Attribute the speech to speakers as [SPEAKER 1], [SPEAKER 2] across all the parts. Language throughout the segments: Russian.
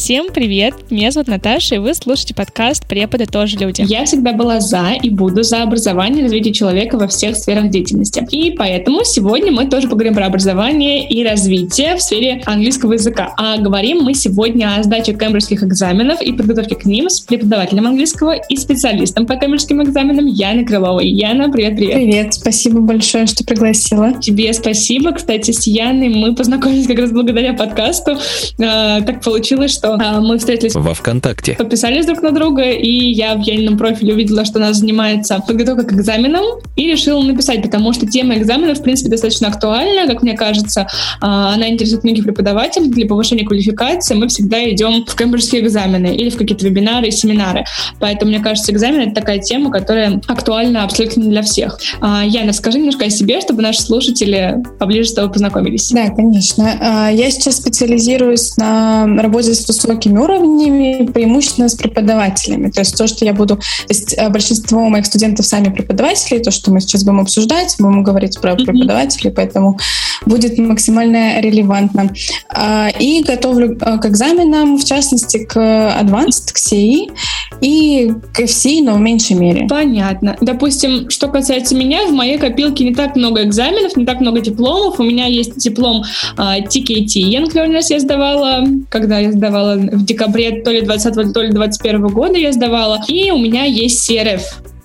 [SPEAKER 1] Всем привет! Меня зовут Наташа, и вы слушаете подкаст «Преподы тоже люди».
[SPEAKER 2] Я всегда была за и буду за образование и развитие человека во всех сферах деятельности. И поэтому сегодня мы тоже поговорим про образование и развитие в сфере английского языка. А говорим мы сегодня о сдаче кембриджских экзаменов и подготовке к ним с преподавателем английского и специалистом по кембриджским экзаменам Яной Крыловой. Яна, привет-привет!
[SPEAKER 3] Привет, спасибо большое, что пригласила.
[SPEAKER 2] Тебе спасибо. Кстати, с Яной мы познакомились как раз благодаря подкасту. Так получилось, что мы встретились
[SPEAKER 4] во ВКонтакте,
[SPEAKER 2] подписались друг на друга, и я в Янином профиле увидела, что она занимается подготовкой к экзаменам, и решила написать, потому что тема экзаменов, в принципе, достаточно актуальна, как мне кажется. Она интересует многих преподавателей. Для повышения квалификации мы всегда идем в кембриджские экзамены или в какие-то вебинары и семинары. Поэтому, мне кажется, экзамен — это такая тема, которая актуальна абсолютно для всех. Яна, расскажи немножко о себе, чтобы наши слушатели поближе с тобой познакомились.
[SPEAKER 3] Да, конечно. Я сейчас специализируюсь на работе с высокими уровнями, преимущественно с преподавателями. То есть то, что я буду... То есть большинство моих студентов сами преподаватели, то, что мы сейчас будем обсуждать, будем говорить про преподавателей, поэтому будет максимально релевантно. И готовлю к экзаменам, в частности, к Advanced, к CE и к FCE, но в меньшей мере.
[SPEAKER 2] Понятно. Допустим, что касается меня, в моей копилке не так много экзаменов, не так много дипломов. У меня есть диплом TKT Young Learners я сдавала, когда я сдавала в декабре то ли 2020, то ли 2021 года я сдавала. И у меня есть CRF.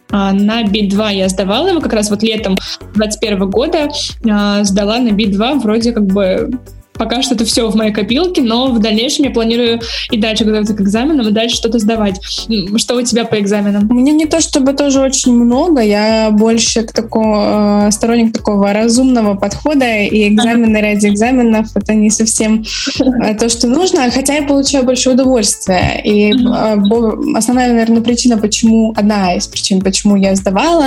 [SPEAKER 2] На B2 я сдавала его как раз вот летом 2021 года, сдала на B2, вроде как бы пока что это все в моей копилке, но в дальнейшем я планирую и дальше готовиться к экзаменам, и дальше что-то сдавать. Что у тебя по экзаменам?
[SPEAKER 3] У меня не то чтобы тоже очень много, я больше сторонник такого разумного подхода, и экзамены ради экзаменов — это не совсем то, что нужно, хотя я получаю больше удовольствия. И основная, наверное, причина, одна из причин, почему я сдавала,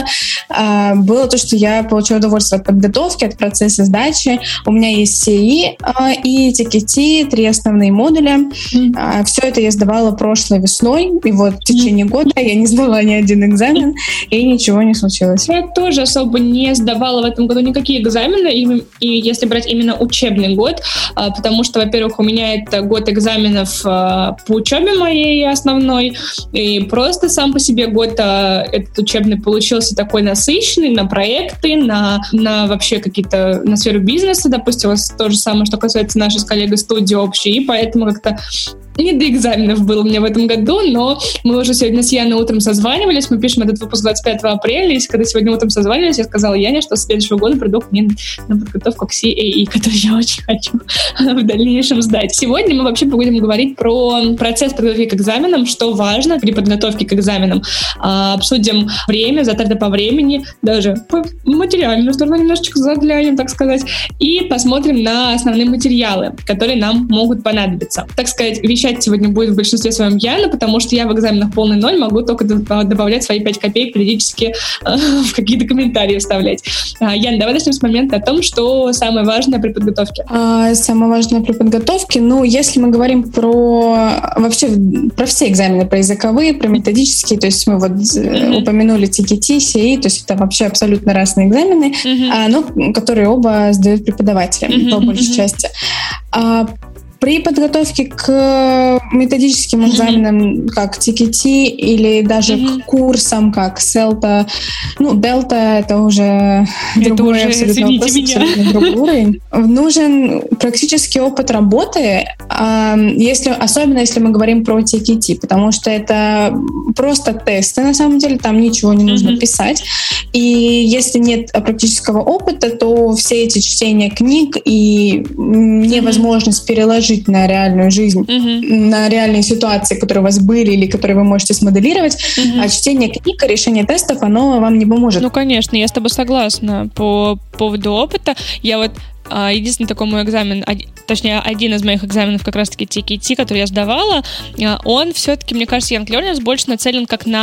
[SPEAKER 3] было то, что я получаю удовольствие от подготовки, от процесса сдачи. У меня есть CE и TKT, 3 основные модуля. Все это я сдавала прошлой весной, и вот в течение года я не сдала ни один экзамен, и ничего не случилось.
[SPEAKER 2] Я тоже особо не сдавала в этом году никакие экзамены, и если брать именно учебный год, потому что, во-первых, у меня это год экзаменов по учебе моей основной, и просто сам по себе год этот учебный получился такой насыщенный на проекты, на вообще какие-то, на сферу бизнеса, допустим, у вас то же самое, что касается нашей с коллегой студии общей, и поэтому как-то не до экзаменов было у меня в этом году, но мы уже сегодня с Яной утром созванивались, мы пишем этот выпуск 25 апреля, и когда сегодня утром созванивались, я сказала Яне, что с следующего года приду к ней на подготовку к CAE, которую я очень хочу в дальнейшем сдать. Сегодня мы вообще будем говорить про процесс подготовки к экзаменам, что важно при подготовке к экзаменам. Обсудим время, затраты по времени, даже по материальную сторону немножечко заглянем, так сказать, и посмотрим на основные материалы, которые нам могут понадобиться. Так сказать, вещать сегодня будет в большинстве своем Яна, потому что я в экзаменах полный ноль, могу только добавлять свои 5 копеек периодически в какие-то комментарии вставлять. Ян, давай начнем с момента о том, что самое важное при подготовке.
[SPEAKER 3] Самое важное при подготовке, если мы говорим про все экзамены, про языковые, про методические, то есть мы упомянули TKT, CE, то есть это вообще абсолютно разные экзамены, которые оба сдают преподаватели по большей части. При подготовке к методическим экзаменам, как TKT, или даже к курсам, как CELTA, Delta, это уже другой абсолютно вопрос, абсолютно другой уровень. Нужен практический опыт работы, особенно если мы говорим про TKT, потому что это просто тесты, на самом деле, там ничего не нужно писать. И если нет практического опыта, то все эти чтения книг и невозможность переложить на реальную жизнь, на реальные ситуации, которые у вас были или которые вы можете смоделировать, а чтение книг и решение тестов, оно вам не поможет.
[SPEAKER 1] Ну, конечно, я с тобой согласна по поводу опыта. Я единственный такой мой экзамен, точнее, один из моих экзаменов как раз-таки TKT, который я сдавала, он все-таки, мне кажется, Young Learners больше нацелен как на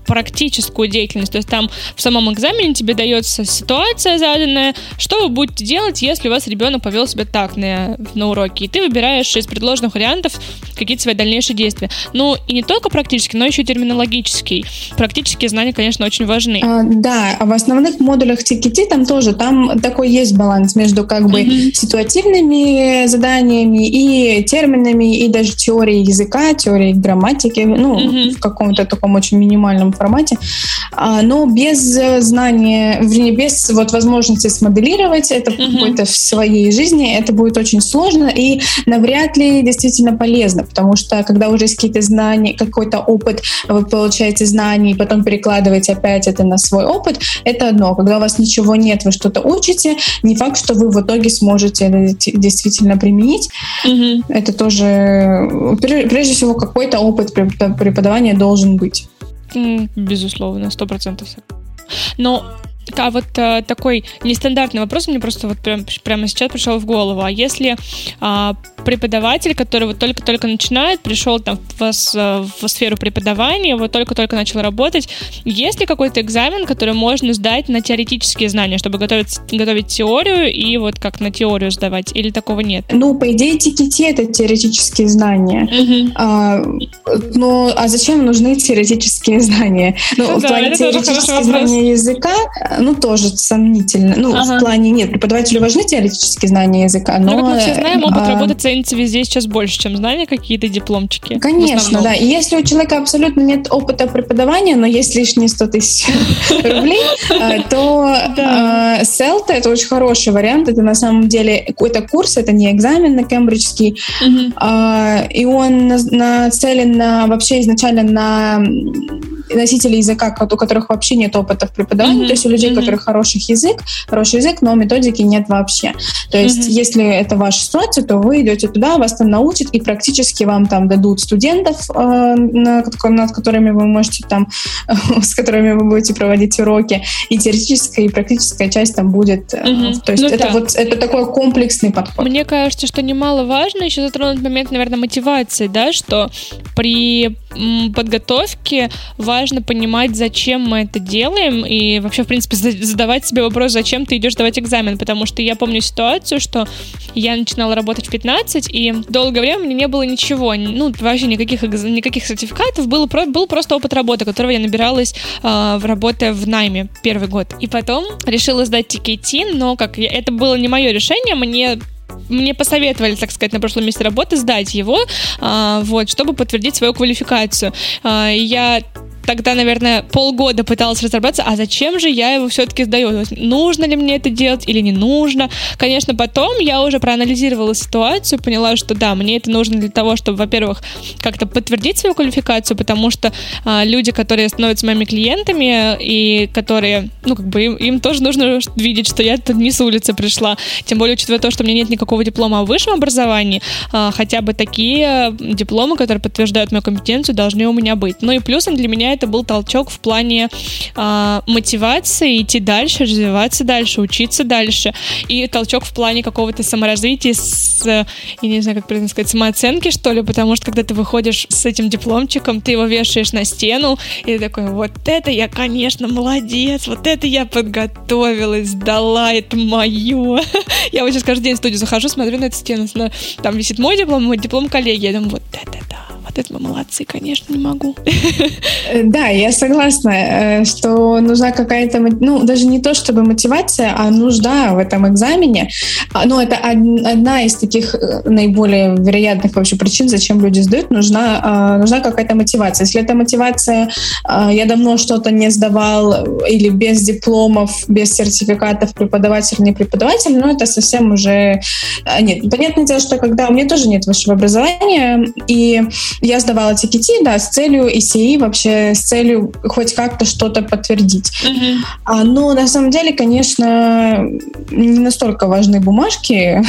[SPEAKER 1] практическую деятельность. То есть там в самом экзамене тебе дается ситуация заданная, что вы будете делать, если у вас ребенок повел себя так на уроке, и ты выбираешь из предложенных вариантов какие-то свои дальнейшие действия. Ну, и не только практически, но еще и терминологические. Практические знания, конечно, очень важны.
[SPEAKER 3] Да, а в основных модулях TKT там такой есть баланс между как бы ситуативными заданиями и терминами, и даже теорией языка, теорией грамматики, в каком-то таком очень минимальном формате, но без знания, без возможности смоделировать это какое-то в своей жизни, это будет очень сложно и навряд ли действительно полезно, потому что когда уже есть какие-то знания, какой-то опыт, вы получаете знания и потом перекладываете опять это на свой опыт, это одно. Когда у вас ничего нет, вы что-то учите, не факт, что вы в итоге сможете это действительно применить. Это тоже, прежде всего, какой-то опыт преподавания должен быть.
[SPEAKER 1] Безусловно, 100%. Но такой нестандартный вопрос мне просто прямо сейчас пришел в голову. А если преподаватель, который только-только начинает, пришел там в сферу преподавания, только-только начал работать, есть ли какой-то экзамен, который можно сдать на теоретические знания, чтобы готовить теорию и как на теорию сдавать? Или такого нет?
[SPEAKER 3] По идее, TKT — это теоретические знания. А зачем нужны теоретические знания? В плане теоретических знаний языка тоже сомнительно. В плане нет, преподавателю важны теоретические знания языка, но...
[SPEAKER 1] как мы все знаем, опыт работы ценится везде сейчас больше, чем знания, какие-то дипломчики.
[SPEAKER 3] Конечно, да. И если у человека абсолютно нет опыта преподавания, но есть лишние 100 тысяч рублей, то CELTA — это очень хороший вариант. Это на самом деле какой-то курс, это не экзамен на кембриджский, и он нацелен вообще изначально на носителей языка, у которых вообще нет опыта в преподавании, то есть у людей, у которых хороший язык, но методики нет вообще. То есть если это ваша ситуация, то вы идете туда, вас там научат, и практически вам там дадут студентов, над которыми вы можете с которыми вы будете проводить уроки, и теоретическая и практическая часть там будет. То есть это такой комплексный подход.
[SPEAKER 1] Мне кажется, что немаловажно еще затронуть момент, наверное, мотивации, да, что при подготовке важно понимать, зачем мы это делаем, и вообще, в принципе, задавать себе вопрос, зачем ты идешь сдавать экзамен, потому что я помню ситуацию, что я начинала работать в 15, и долгое время у меня не было ничего, вообще никаких сертификатов, был просто опыт работы, которого я набиралась, работая в найме первый год. И потом решила сдать TKT, но это было не мое решение, мне посоветовали, так сказать, на прошлом месте работы сдать его, чтобы подтвердить свою квалификацию. Я тогда, наверное, полгода пыталась разобраться, а зачем же я его все-таки сдаю? Нужно ли мне это делать или не нужно? Конечно, потом я уже проанализировала ситуацию, поняла, что да, мне это нужно для того, чтобы, во-первых, как-то подтвердить свою квалификацию, потому что люди, которые становятся моими клиентами и которые, им тоже нужно видеть, что я тут не с улицы пришла. Тем более, учитывая то, что у меня нет никакого диплома о высшем образовании, хотя бы такие дипломы, которые подтверждают мою компетенцию, должны у меня быть. И плюсом для меня это был толчок в плане мотивации идти дальше, развиваться дальше, учиться дальше. И толчок в плане какого-то саморазвития, я не знаю, как правильно сказать, самооценки, что ли, потому что когда ты выходишь с этим дипломчиком, ты его вешаешь на стену, и ты такой, вот это я, конечно, молодец, вот это я подготовилась, сдала, это мое. Я вот сейчас каждый день в студию захожу, смотрю на эту стену, там висит мой диплом коллеги, я думаю, вот это да. Вот это мы молодцы, конечно, не могу.
[SPEAKER 3] Да, я согласна, что нужна какая-то, даже не то чтобы мотивация, а нужда в этом экзамене. Это одна из таких наиболее вероятных вообще причин, зачем люди сдают. Нужна какая-то мотивация. Если эта мотивация, я давно что-то не сдавал, или без дипломов, без сертификатов, преподаватель, не преподаватель, это совсем уже... Нет, понятное дело, что когда у меня тоже нет высшего образования, и я сдавала TKT, да, с целью ECE, вообще с целью хоть как-то что-то подтвердить. Но на самом деле, конечно, не настолько важны бумажки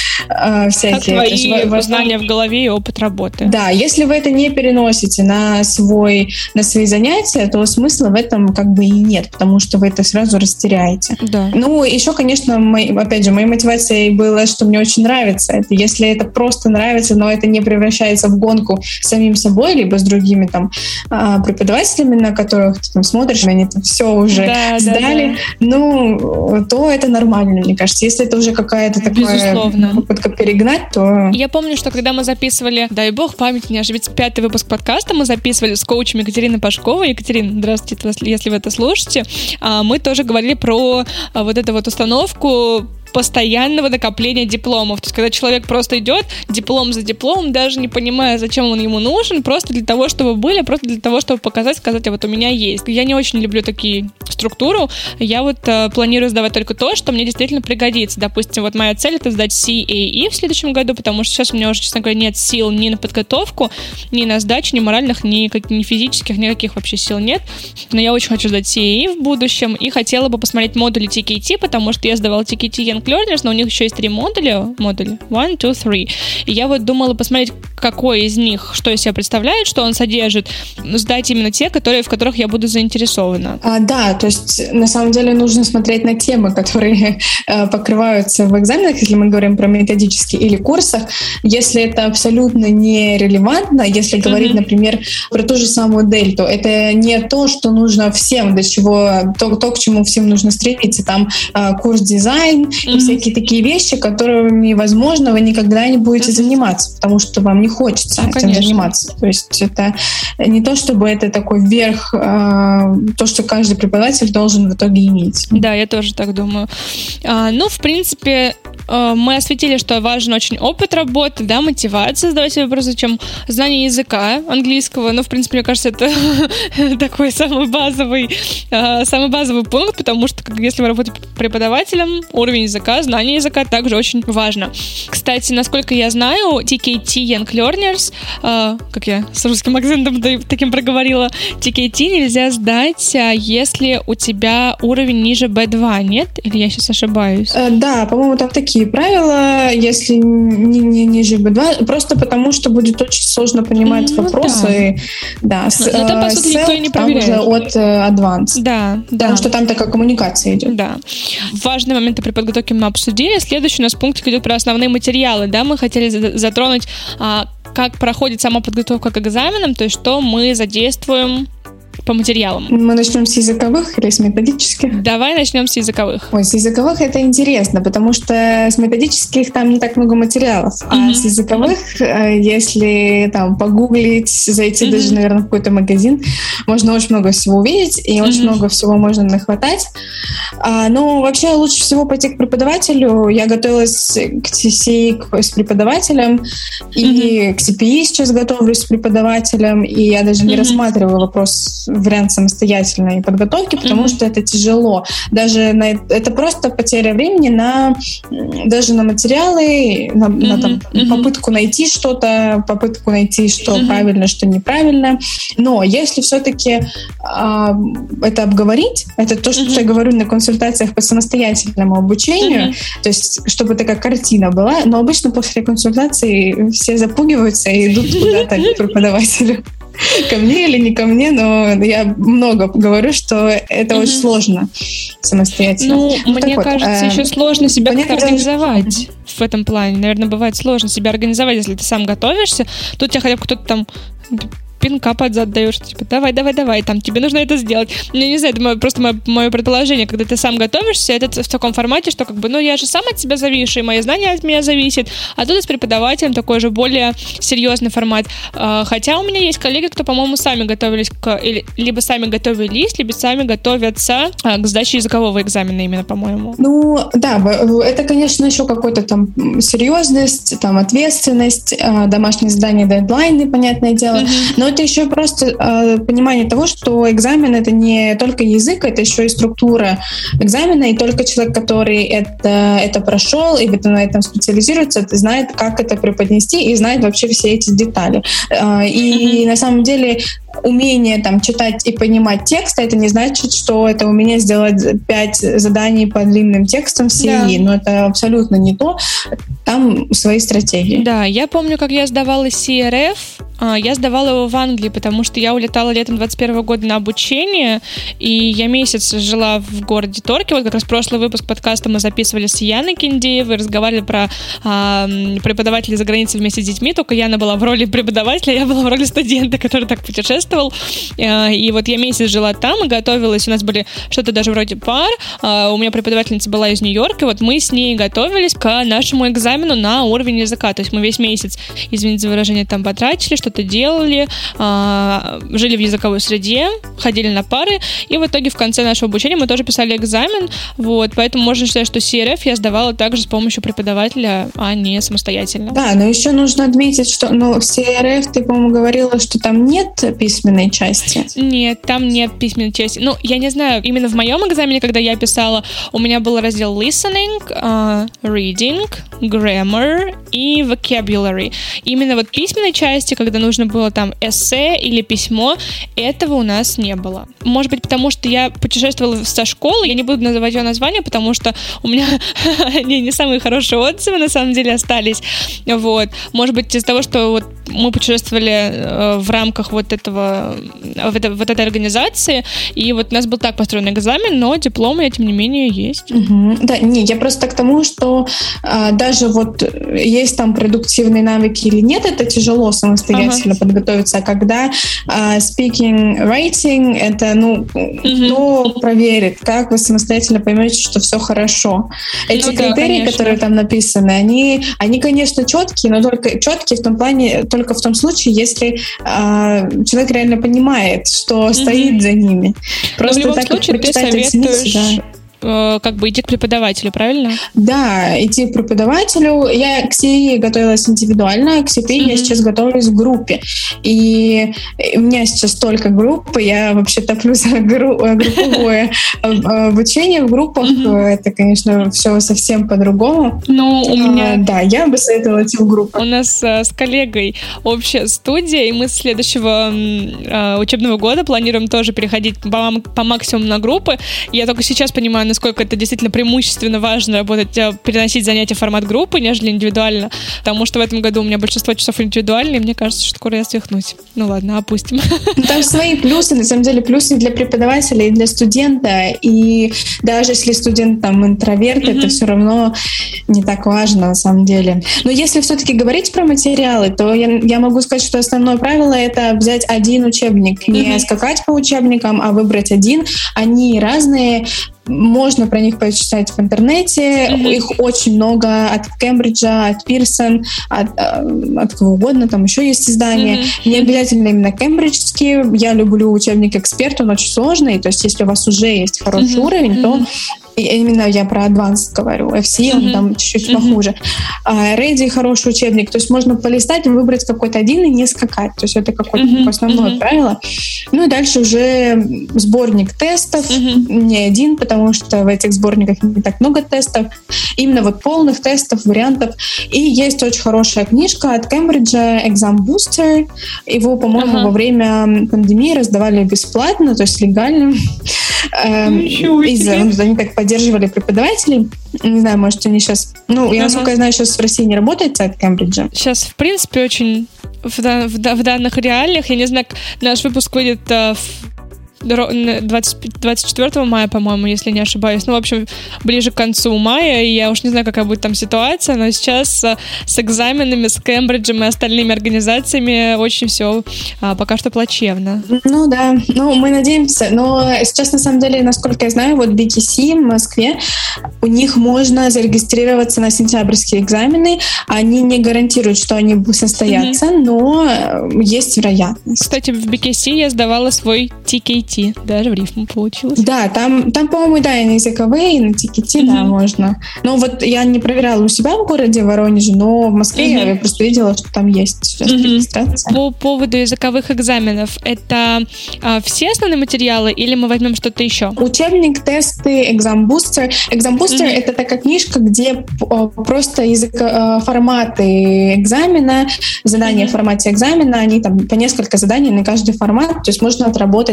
[SPEAKER 3] всякие.
[SPEAKER 1] Как твои знания в голове и опыт работы.
[SPEAKER 3] Да, если вы это не переносите на свои занятия, то смысла в этом и нет, потому что вы это сразу растеряете.
[SPEAKER 1] Да.
[SPEAKER 3] Еще, конечно, опять же, моей мотивацией было, что мне очень нравится это. Если это просто нравится, но это не превращается в гонку, самим собой, либо с другими там преподавателями, на которых ты там смотришь, они там все уже сдали, то это нормально, мне кажется. Если это уже какая-то такая попытка перегнать, то...
[SPEAKER 1] Я помню, что когда мы записывали, дай бог память не ошибиться, 5-й выпуск подкаста мы записывали с коучем Екатериной Пашковой. Екатерина, здравствуйте, если вы это слушаете. Мы тоже говорили про вот эту вот установку постоянного накопления дипломов. То есть, когда человек просто идет диплом за дипломом, даже не понимая, зачем он ему нужен, просто для того, чтобы были, просто для того, чтобы показать, сказать, а вот у меня есть. Я не очень люблю такие структуру. Я вот планирую сдавать только то, что мне действительно пригодится. Допустим, вот моя цель — это сдать CAE в следующем году, потому что сейчас у меня уже, честно говоря, нет сил ни на подготовку, ни на сдачу, ни моральных, ни физических, никаких вообще сил нет. Но я очень хочу сдать CAE в будущем и хотела бы посмотреть модули TKT, потому что я сдавала TKT Young Learners, но у них еще есть 3 модуля. 1, 2, 3. И я вот думала посмотреть, какой из них, что из себя представляет, что он содержит, сдать именно те, в которых я буду заинтересована.
[SPEAKER 3] Да, то есть на самом деле нужно смотреть на темы, которые покрываются в экзаменах, если мы говорим про методические или курсах. Если это абсолютно нерелевантно, если говорить, например, про ту же самую дельту, это не то, что нужно всем, до чего, то, к чему всем нужно стремиться. Там курс дизайн и всякие такие вещи, которыми, возможно, вы никогда не будете заниматься, потому что вам не хочется этим заниматься. То есть это не то, чтобы это такой верх, то, что каждый преподаватель должен в итоге иметь.
[SPEAKER 1] Да, я тоже так думаю. В принципе, мы осветили, что важен очень опыт работы, да, мотивация задавать себе вопросы, чем знание языка английского. В принципе, мне кажется, это такой самый базовый пункт, потому что если вы работаете преподавателем, уровень языка, знание языка также очень важно. Кстати, насколько я знаю, TKT Young Learners, как я с русским акцентом таким проговорила, TKT нельзя сдать, если у тебя уровень ниже B2, нет? Или я сейчас ошибаюсь?
[SPEAKER 3] Да, по-моему, там такие правила, если не ниже B2, просто потому что будет очень сложно понимать вопросы. Да.
[SPEAKER 1] Но там, по сути, никто и не проверяет.
[SPEAKER 3] Там уже от Advanced.
[SPEAKER 1] Да.
[SPEAKER 3] Потому что там такая коммуникация идет.
[SPEAKER 1] Да. Важные моменты при подготовке мы обсудили. Следующий у нас пунктик идет про основные материалы. Да, мы хотели затронуть, как проходит сама подготовка к экзаменам, то есть что мы задействуем по материалам.
[SPEAKER 3] Мы начнем с языковых или с методических?
[SPEAKER 1] Давай начнем с языковых.
[SPEAKER 3] С языковых это интересно, потому что с методических там не так много материалов, а с языковых, если там погуглить, зайти даже, наверное, в какой-то магазин, можно очень много всего увидеть, и очень много всего можно нахватать. Но вообще лучше всего пойти к преподавателю. Я готовилась к TCE с преподавателем, и к CPE сейчас готовлюсь с преподавателем, и я даже не рассматриваю вариант самостоятельной подготовки, потому что это тяжело. Даже это просто потеря времени даже на материалы, на попытку найти что-то, что правильно, что неправильно. Но если все-таки это обговорить, это то, что я говорю на консультациях по самостоятельному обучению, то есть чтобы такая картина была, но обычно после консультации все запугиваются и идут куда-то к преподавателю. Ко мне или не ко мне, но я много говорю, что это очень сложно самостоятельно.
[SPEAKER 1] Мне кажется, еще сложно себя как-то организовать в этом плане. Наверное, бывает сложно себя организовать, если ты сам готовишься. Тут тебя хотя бы кто-то там пинка под зад даешь, типа, давай, там, тебе нужно это сделать. Я не знаю, это просто мое предположение, когда ты сам готовишься, это в таком формате, что я же сам от себя завишу, и мои знания от меня зависят, а тут с преподавателем такой же более серьезный формат. Хотя у меня есть коллеги, кто, по-моему, сами готовились либо сами готовились, либо сами готовятся к сдаче языкового экзамена именно, по-моему.
[SPEAKER 3] Да, это, конечно, еще какой-то там серьезность, там ответственность, домашние задания, дедлайны, понятное дело, но это еще просто понимание того, что экзамен — это не только язык, это еще и структура экзамена, и только человек, который это прошел и на этом специализируется, знает, как это преподнести и знает вообще все эти детали. И на самом деле умение там читать и понимать текст, это не значит, что это умение сделать 5 заданий по длинным текстам в CE, но это абсолютно не то. Там свои стратегии.
[SPEAKER 1] Да, я помню, как я сдавала CRF, Я сдавала его в Англии, потому что я улетала летом 2021 года на обучение, и я месяц жила в городе Торки. Вот как раз прошлый выпуск подкаста мы записывали с Яной Киндеевой, разговаривали про преподавателей за границей вместе с детьми, только Яна была в роли преподавателя, я была в роли студента, который так путешествовал. И вот я месяц жила там и готовилась, у нас были что-то даже вроде пар, у меня преподавательница была из Нью-Йорка, вот мы с ней готовились к нашему экзамену на уровень языка, то есть мы весь месяц, извините за выражение, там потратили, что-то делали, жили в языковой среде, ходили на пары, и в итоге в конце нашего обучения мы тоже писали экзамен, вот, поэтому можно считать, что CRF я сдавала также с помощью преподавателя, а не самостоятельно.
[SPEAKER 3] Да, но еще нужно отметить, что в CRF ты, по-моему, говорила, что там нет письменной части.
[SPEAKER 1] Нет, там нет письменной части. Ну, я не знаю, именно в моем экзамене, когда я писала, у меня был раздел listening, reading, grammar и vocabulary. Именно вот письменной части, когда нужно было там эссе или письмо, этого у нас не было. Может быть, потому что я путешествовала со школы, я не буду называть ее название, потому что у меня не самые хорошие отзывы на самом деле остались. Вот. Может быть, из-за того, что вот мы путешествовали в рамках вот этой организации, и вот у нас был так построен экзамен, но диплом у меня, тем не менее, есть.
[SPEAKER 3] Угу. Да, я просто к тому, что даже вот есть там продуктивные навыки или нет, это тяжело самостоятельно подготовиться, а когда speaking, writing, это, кто проверит, как вы самостоятельно поймете, что все хорошо. Эти критерии, которые там написаны, они, конечно, четкие, но только четкие в том плане, только в том случае, если человек реально понимает, что стоит за ними.
[SPEAKER 1] Просто в любом так, случае, ты советуешь как бы идти к преподавателю, правильно?
[SPEAKER 3] Да, идти к преподавателю. Я к СИИ готовилась индивидуально, к СИПИ я сейчас готовлюсь в группе. И у меня сейчас только группы, я вообще топлю за групповое обучение в группах. Это, конечно, все совсем по-другому.
[SPEAKER 1] Ну, у меня...
[SPEAKER 3] Да, я бы советовала идти в группу.
[SPEAKER 1] У нас с коллегой общая студия, и мы с следующего учебного года планируем тоже переходить по максимуму на группы. Я только сейчас понимаю, насколько это действительно преимущественно важно работать, переносить занятия в формат группы, нежели индивидуально, потому что в этом году у меня большинство часов индивидуальные, и мне кажется, что скоро я свихнусь. Ну ладно, опустим.
[SPEAKER 3] Там свои плюсы, на самом деле, плюсы для преподавателя и для студента, и даже если студент там интроверт, это все равно не так важно на самом деле. Но если все-таки говорить про материалы, то я могу сказать, что основное правило — это взять один учебник, не скакать по учебникам, а выбрать один. Они разные, можно про них почитать в интернете. Их очень много от Кембриджа, от Пирсон, от кого угодно, там еще есть издания. Не обязательно именно кембриджские. Я люблю учебник «Эксперт», он очень сложный, то есть если у вас уже есть хороший уровень, то именно я про Advanced говорю. FC, он там чуть-чуть похуже. Ready — хороший учебник. То есть можно полистать, выбрать какой-то один и не скакать. То есть это какое-то основное правило. Ну и дальше уже сборник тестов. Не один, потому что в этих сборниках не так много тестов. Именно вот полных тестов, вариантов. И есть очень хорошая книжка от Кембриджа «Exam Booster». Его, по-моему, во время пандемии раздавали бесплатно, то есть легально. Они так поддерживали преподавателей. Не знаю, может, они сейчас... я, насколько я знаю, сейчас в России не работает сайт Кембриджа.
[SPEAKER 1] Сейчас, в принципе, очень в данных реалиях, я не знаю, наш выпуск выйдет 24 мая, по-моему, если не ошибаюсь. В общем, ближе к концу мая, и я уж не знаю, какая будет там ситуация, но сейчас с экзаменами, с Кембриджем и остальными организациями очень все пока что плачевно.
[SPEAKER 3] Ну да, мы надеемся, но сейчас, на самом деле, насколько я знаю, вот BTC в Москве, у них можно зарегистрироваться на сентябрьские экзамены, они не гарантируют, что они состоятся, но есть вероятность.
[SPEAKER 1] Кстати, в BKC я сдавала свой TKT. Даже в рифму получилось.
[SPEAKER 3] Да, там, по-моему, и на языковые, и на TKT, да, можно. Но вот я не проверяла у себя в городе Воронеже, но в Москве я просто видела, что там есть сейчас регистрация.
[SPEAKER 1] По поводу языковых экзаменов, это все основные материалы или мы возьмем что-то еще?
[SPEAKER 3] Учебник, тесты, Exam Booster. Exam Booster — это такая книжка, где просто форматы экзамена, задания в формате экзамена, они там по несколько заданий на каждый формат, то есть можно отработать формат.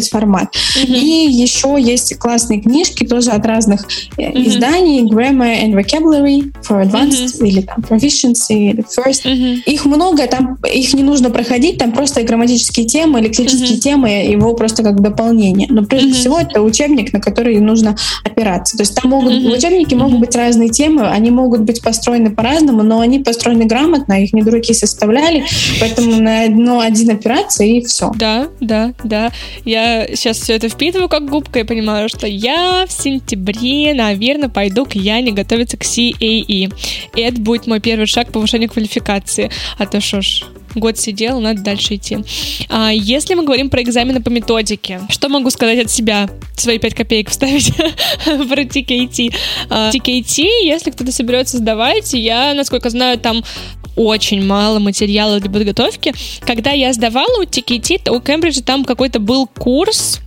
[SPEAKER 3] Вот. И еще есть классные книжки тоже от разных изданий. Grammar and Vocabulary for Advanced или там Proficiency или First. Их много, там их не нужно проходить, там просто грамматические темы, лексические темы, его просто как дополнение. Но прежде всего это учебник, на который нужно опираться. То есть там в учебнике могут быть разные темы, они могут быть построены по-разному, но они построены грамотно, их не дураки составляли, поэтому на один опираться и все.
[SPEAKER 1] Да. Я сейчас все это впитываю как губка и понимаю, что я в сентябре, наверное, пойду к Яне готовиться к CAE. И это будет мой первый шаг к повышению квалификации. А то что ж, год сидел, надо дальше идти. Если мы говорим про экзамены по методике, что могу сказать от себя? Свои 5 копеек вставить про TKT. TKT, если кто-то соберется сдавать, я, насколько знаю, там очень мало материала для подготовки. Когда я сдавала у TKT, то у Кембриджа там какой-то был курс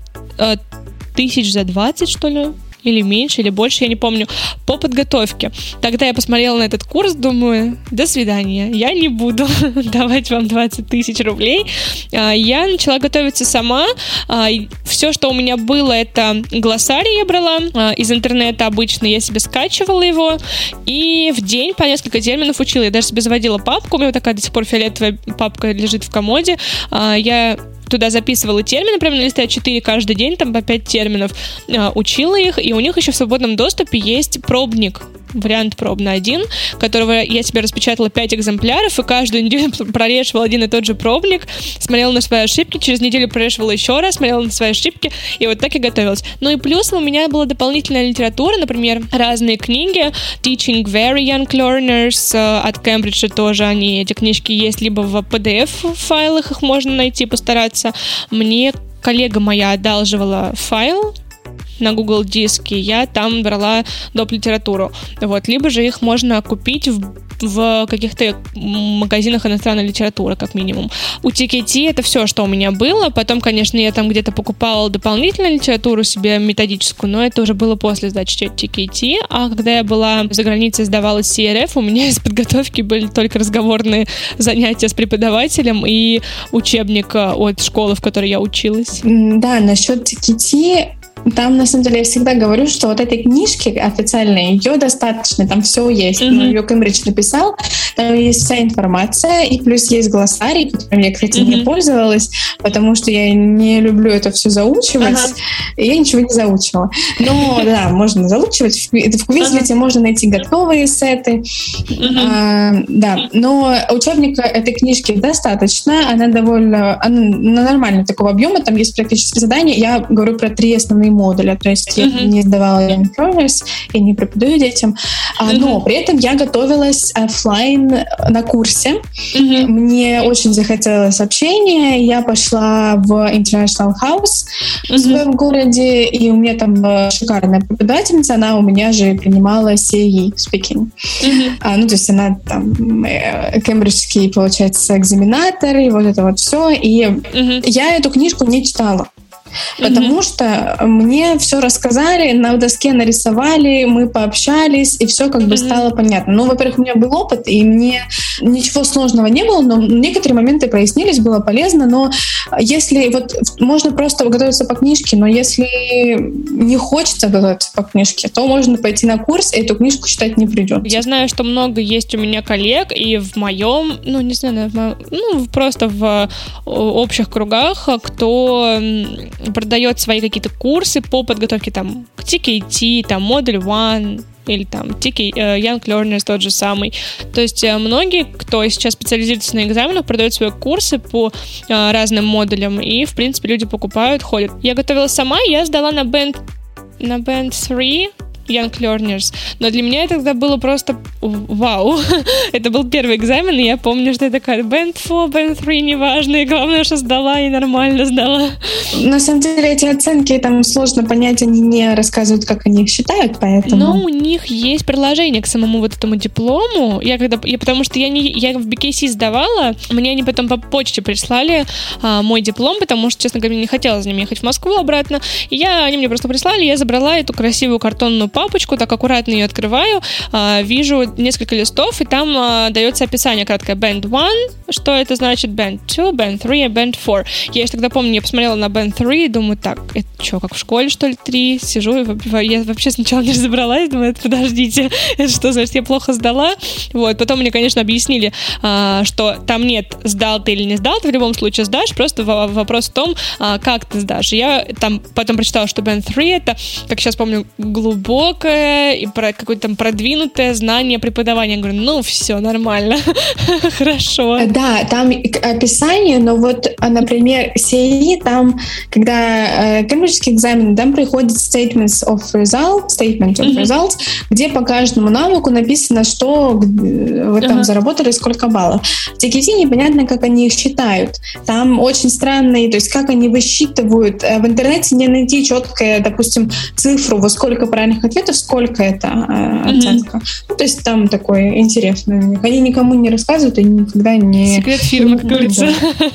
[SPEAKER 1] 1020, что ли? Или меньше, или больше, я не помню, по подготовке. Тогда я посмотрела на этот курс, думаю, до свидания, я не буду давать вам 20 тысяч рублей. Я начала готовиться сама. Все, что у меня было, это глоссарий я брала из интернета обычно, я себе скачивала его, и в день по несколько терминов учила. Я даже себе заводила папку, у меня вот такая до сих пор фиолетовая папка лежит в комоде. Я туда записывала термины, прямо на листе А4 каждый день, там по 5 терминов, учила их, и у них еще в свободном доступе есть пробник, вариант пробный 1, которого я себе распечатала 5 экземпляров, и каждую неделю прорешивала один и тот же пробник, смотрела на свои ошибки, через неделю прорешивала еще раз, смотрела на свои ошибки, и вот так и готовилась. Ну и плюс у меня была дополнительная литература, например, разные книги, Teaching Very Young Learners от Кембриджа тоже, эти книжки есть либо в PDF-файлах, их можно найти, постараться. Мне коллега моя одалживала файл на Google диске, я там брала доп. Литературу. Вот. Либо же их можно купить в каких-то магазинах иностранной литературы, как минимум. У TKT это все, что у меня было. Потом, конечно, я там где-то покупала дополнительную литературу себе методическую, но это уже было после сдачи TKT. А когда я была за границей, сдавала CRF, у меня из подготовки были только разговорные занятия с преподавателем и учебник от школы, в которой я училась.
[SPEAKER 3] Да, насчет TKT... Там, на самом деле, я всегда говорю, что вот этой книжки официальной, ее достаточно, там все есть. Ее Кембридж написал, там есть вся информация, и плюс есть глоссарий, которым я, кстати, не пользовалась, потому что я не люблю это все заучивать, и я ничего не заучивала. Но, да, можно заучивать. В Quizlet можно найти готовые сеты. Да, но учебника этой книжки достаточно, она нормального такого объема, там есть практические задания. Я говорю про 3 основные модуля, то есть я не сдавала Young Learners и не преподаю детям, но при этом я готовилась офлайн на курсе. Мне очень захотелось общения, я пошла в International House в своем городе, и у меня там шикарная преподавательница, она у меня же принимала CAE Speaking. Ну, то есть она там кембриджский, получается, экзаменатор, и вот это вот все, и я эту книжку не читала. Потому что мне все рассказали, на доске нарисовали, мы пообщались, и все как бы стало понятно. Ну, во-первых, у меня был опыт, и мне ничего сложного не было, но некоторые моменты прояснились, было полезно, но если вот можно просто готовиться по книжке, но если не хочется готовиться по книжке, то можно пойти на курс, и эту книжку читать не придется.
[SPEAKER 1] Я знаю, что много есть у меня коллег, и в моем, ну, не знаю, просто в общих кругах, кто продает свои какие-то курсы по подготовке там к TKT, там Model 1 или там Young Learners тот же самый. То есть многие, кто сейчас специализируется на экзаменах, продают свои курсы по разным модулям, и, в принципе, люди покупают, ходят. Я готовилась сама, я сдала на Band 3 Young Learners, но для меня это тогда было просто вау. Это был первый экзамен, и я помню, что я такая Band 4, Band 3, неважно, и главное, что сдала, и нормально сдала.
[SPEAKER 3] На самом деле эти оценки там сложно понять, они не рассказывают, как они их считают, поэтому...
[SPEAKER 1] Но у них есть приложение к самому вот этому диплому. Потому что я в BKC сдавала, мне они потом по почте прислали мой диплом, потому что, честно говоря, мне не хотелось за ним ехать в Москву обратно, и они мне просто прислали, я забрала эту красивую картонную папочку, так аккуратно ее открываю, вижу несколько листов, и там дается описание краткое. Band 1, что это значит? Band 2, Band 3, Band 4. Я еще тогда помню, я посмотрела на Band 3 и думаю, так, это что, как в школе, что ли, 3? Сижу, и я вообще сначала не разобралась, думаю, подождите, это что, значит, я плохо сдала? Вот, потом мне, конечно, объяснили, что там нет, сдал ты или не сдал, ты в любом случае сдашь, просто вопрос в том, как ты сдашь. Я там потом прочитала, что Band 3 это, как сейчас помню, глубокое и какое-то там продвинутое знание преподавания. Я говорю, ну все, нормально, хорошо.
[SPEAKER 3] Да, там описание, но вот, например, CAE, там, когда кембриджский экзамен, там приходит statement of results, где по каждому навыку написано, что вы там заработали, сколько баллов. В TKT непонятно, как они их считают. Там очень странные, то есть как они высчитывают. В интернете не найти четкое, допустим, цифру, во сколько правильных ответов, сколько это оценка. Ну, то есть там такое интересное у них. Они никому не рассказывают и никогда не...
[SPEAKER 1] Секрет фирмы, как говорится.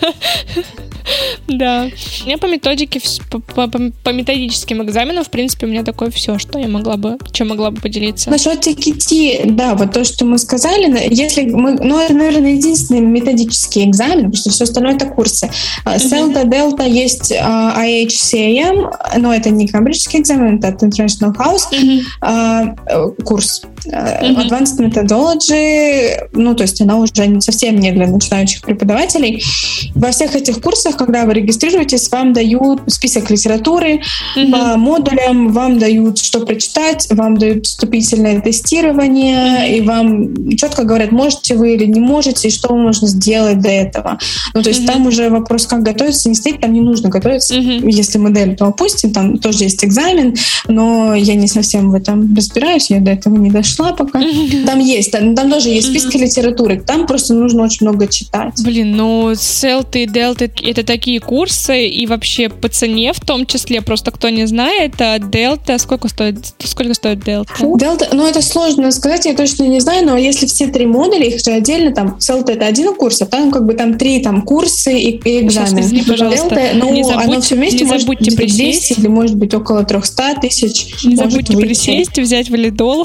[SPEAKER 1] Да. У меня по методике, по методическим экзаменам, в принципе, у меня такое все, что я могла бы поделиться.
[SPEAKER 3] Насчет TKT, да, вот то, что мы сказали, если мы, это, наверное, единственный методический экзамен, потому что все остальное это курсы. CELTA, Delta, есть IHCAM, но это не кембриджский экзамен, это International House, курс. Advanced Methodology, то есть она уже совсем не для начинающих преподавателей. Во всех этих курсах, когда вы регистрируетесь, вам дают список литературы по модулям, вам дают, что прочитать, вам дают вступительное тестирование, и вам четко говорят, можете вы или не можете, и что можно сделать до этого. То есть там уже вопрос, как готовиться, не стоит, там не нужно готовиться. Если модель, то опустим, там тоже есть экзамен, но я не совсем в этом разбираюсь, я до этого не дошла пока. Там есть, там тоже есть списки литературы, там просто нужно очень много читать.
[SPEAKER 1] Блин, CELTA и Delta — это такие курсы, и вообще по цене в том числе, просто кто не знает, Delta, сколько стоит Delta?
[SPEAKER 3] Delta, это сложно сказать, я точно не знаю, но если все три модуля, их же отдельно, там, CELTA — это один курс, а там там три курсы и экзамен.
[SPEAKER 1] Извини, пожалуйста,
[SPEAKER 3] оно все вместе может быть 200 или может быть около 300 тысяч.
[SPEAKER 1] Не забудьте присесть, взять валидол,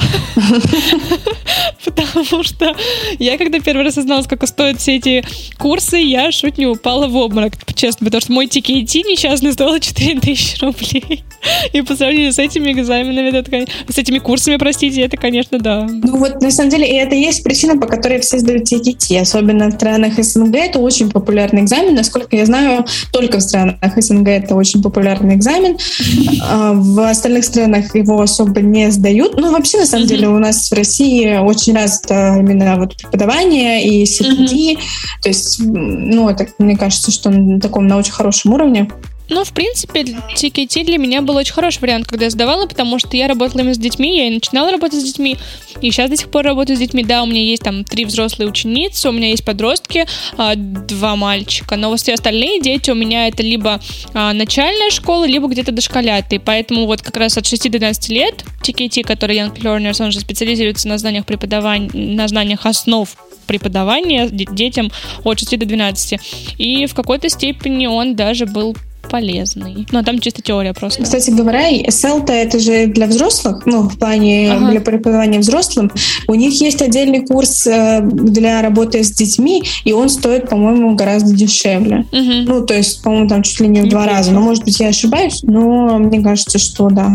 [SPEAKER 1] потому что я, когда первый раз узнала, сколько стоят все эти курсы, я чуть не упала в обморок, честно, потому что мой TKT несчастный стоил 4000 рублей. И по сравнению с этими экзаменами, с этими курсами, простите, это, конечно, да.
[SPEAKER 3] На самом деле, и это есть причина, по которой все сдают TKT, особенно в странах СНГ, это очень популярный экзамен, насколько я знаю, только в странах СНГ это очень популярный экзамен, в остальных странах его особо не сдают, вообще, на самом деле, у нас в России очень развито именно преподавание и CKT, то есть, это, мне кажется, что на таком, на очень хорошем уровне.
[SPEAKER 1] В принципе, TKT для меня был очень хороший вариант, когда я сдавала, потому что я работала именно с детьми, я и начинала работать с детьми, и сейчас до сих пор работаю с детьми. Да, у меня есть там 3 взрослые ученицы, у меня есть подростки, 2 мальчика, но все остальные дети у меня это либо начальная школа, либо где-то дошколятые, поэтому как раз от 6 до 12 лет TKT, который Young Learners, он же специализируется на знаниях преподавания, на знаниях основ преподавания детям от 6 до 12, и в какой-то степени он даже был полезный. Но там чисто теория просто.
[SPEAKER 3] Кстати говоря, CELTA это же для взрослых, в плане для преподавания взрослым. У них есть отдельный курс для работы с детьми, и он стоит, по-моему, гораздо дешевле. То есть, по-моему, там чуть ли не в 2 раза. Может быть, я ошибаюсь, но мне кажется, что да.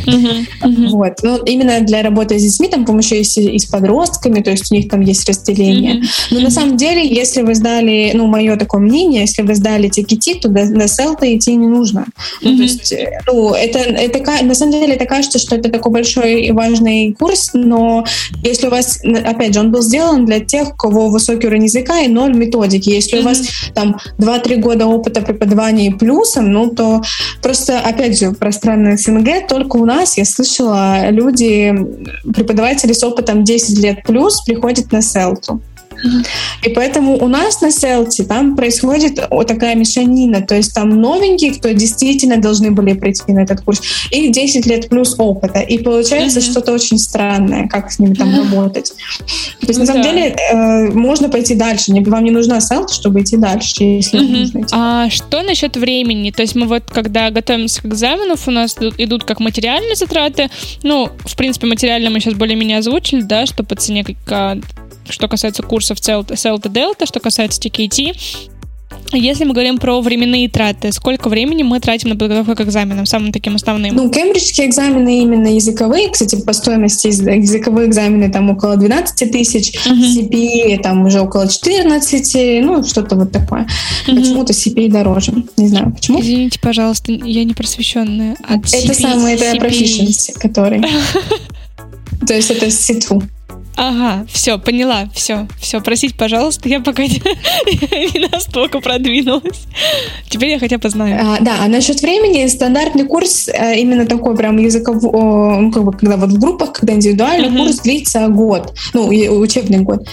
[SPEAKER 3] Именно для работы с детьми, там, по-моему, еще есть и с подростками, то есть у них там есть разделение. Но на самом деле, если вы сдали, мое такое мнение, если вы сдали TKT, то до CELTA идти не нужно. То есть, это на самом деле это кажется, что это такой большой и важный курс, но если у вас, опять же, он был сделан для тех, у кого высокий уровень языка и 0 методики. Если у вас там 2-3 года опыта преподавания плюсом, то просто, опять же, про страны СНГ, только у нас, я слышала, преподаватели с опытом 10 лет плюс приходят на CELTA. И поэтому у нас на селте там происходит такая мешанина, то есть там новенькие, кто действительно должны были прийти на этот курс, и 10 лет плюс опыта. И получается что-то очень странное, как с ними там работать. То есть на самом деле можно пойти дальше. Вам не нужна селта, чтобы идти дальше, если нужно идти.
[SPEAKER 1] А что насчет времени? То есть мы вот, когда готовимся к экзаменам, у нас идут как материальные затраты. Ну, в принципе, материально мы сейчас более-менее озвучили, да, что по цене, что касается курсов Селта Делта, что касается TKT. Если мы говорим про временные траты, сколько времени мы тратим на подготовку к экзаменам, самым таким основным?
[SPEAKER 3] Ну, кембриджские экзамены именно языковые, кстати, по стоимости языковые экзамены там около 12 тысяч, CPE там уже около 14, ну, что-то вот такое. Почему-то CPE дороже. Не знаю, почему.
[SPEAKER 1] Извините, пожалуйста, я не просвещенная.
[SPEAKER 3] Это самое, это proficiency, который... То есть это C2.
[SPEAKER 1] Ага, все, поняла, все, простите, пожалуйста, я пока не настолько продвинулась. Теперь я хотя бы знаю.
[SPEAKER 3] Да, а насчет времени, стандартный курс, именно такой прям языковой, ну, как бы, когда вот в группах, когда индивидуальный курс длится год, ну, учебный год.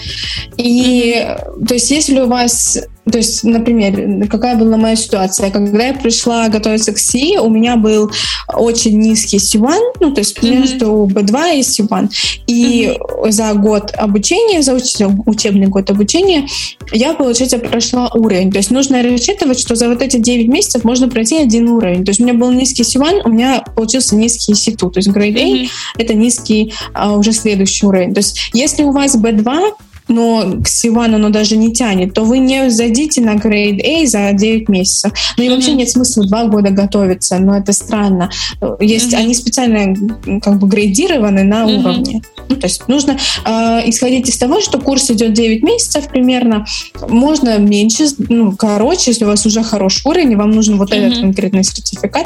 [SPEAKER 3] И, то есть, если у вас... То есть, например, какая была моя ситуация? Когда я пришла готовиться к СИ, у меня был очень низкий C1, ну, то есть между B2 и C1. И за год обучения, за учебный год обучения, я, получается, прошла уровень. То есть нужно рассчитывать, что за вот эти 9 месяцев можно пройти один уровень. То есть у меня был низкий C1, у меня получился низкий C2. То есть Grade A — это низкий уже следующий уровень. То есть если у вас B2, но к C1 оно даже не тянет, то вы не зайдите на Grade A за 9 месяцев. Ну и вообще нет смысла 2 года готовиться, но это странно. Есть, они специально как бы грейдированы на уровне. Ну, то есть нужно исходить из того, что курс идет 9 месяцев примерно. Можно меньше, ну, короче, если у вас уже хороший уровень, и вам нужен вот этот конкретный сертификат.